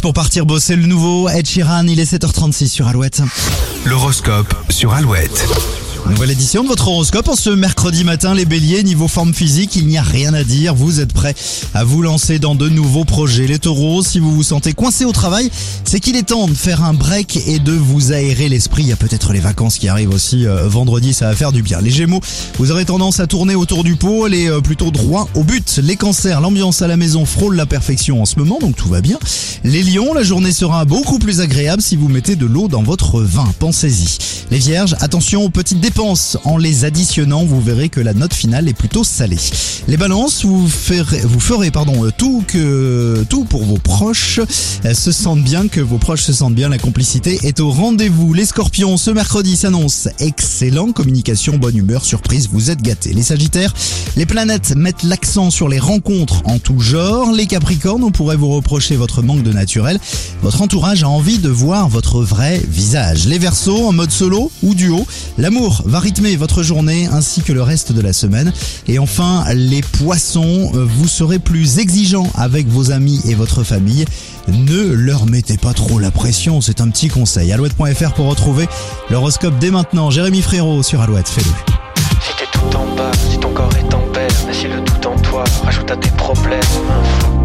Alouette pour partir bosser le nouveau Ed Sheeran, il est 7h36 sur Alouette. L'horoscope sur Alouette. Nouvelle édition de votre horoscope en ce mercredi matin, les béliers. Niveau forme physique, il n'y a rien à dire, vous êtes prêts à vous lancer dans de nouveaux projets. Les taureaux, si vous vous sentez coincé au travail, c'est qu'il est temps de faire un break et de vous aérer l'esprit. Il y a peut-être les vacances qui arrivent aussi vendredi, ça va faire du bien. Les gémeaux, vous aurez tendance à tourner autour du pot, aller plutôt droit au but. Les cancers, l'ambiance à la maison frôle la perfection en ce moment, donc tout va bien. Les lions, la journée sera beaucoup plus agréable si vous mettez de l'eau dans votre vin, pensez-y. Les vierges, attention aux petites dépenses, en les additionnant, vous verrez que la note finale est plutôt salée. Les balances, vous ferez tout pour vos proches se sentent bien, que vos proches se sentent bien, la complicité est au rendez-vous. Les scorpions, ce mercredi s'annonce excellent, communication, bonne humeur, surprise, vous êtes gâtés. Les sagittaires, les planètes mettent l'accent sur les rencontres en tout genre. Les capricornes, on pourrait vous reprocher votre manque de naturel, votre entourage a envie de voir votre vrai visage. Les verseaux, en mode solo ou duo, l'amour va rythmer votre journée ainsi que le reste de la semaine. Et enfin, les poissons, vous serez plus exigeants avec vos amis et votre famille. Ne leur mettez pas trop la pression, c'est un petit conseil. Alouette.fr pour retrouver l'horoscope dès maintenant. Jérémy Frérot sur Alouette, fais-le. Si t'es tout en bas, si ton corps est en berne, et si le doute en toi rajoute à tes problèmes,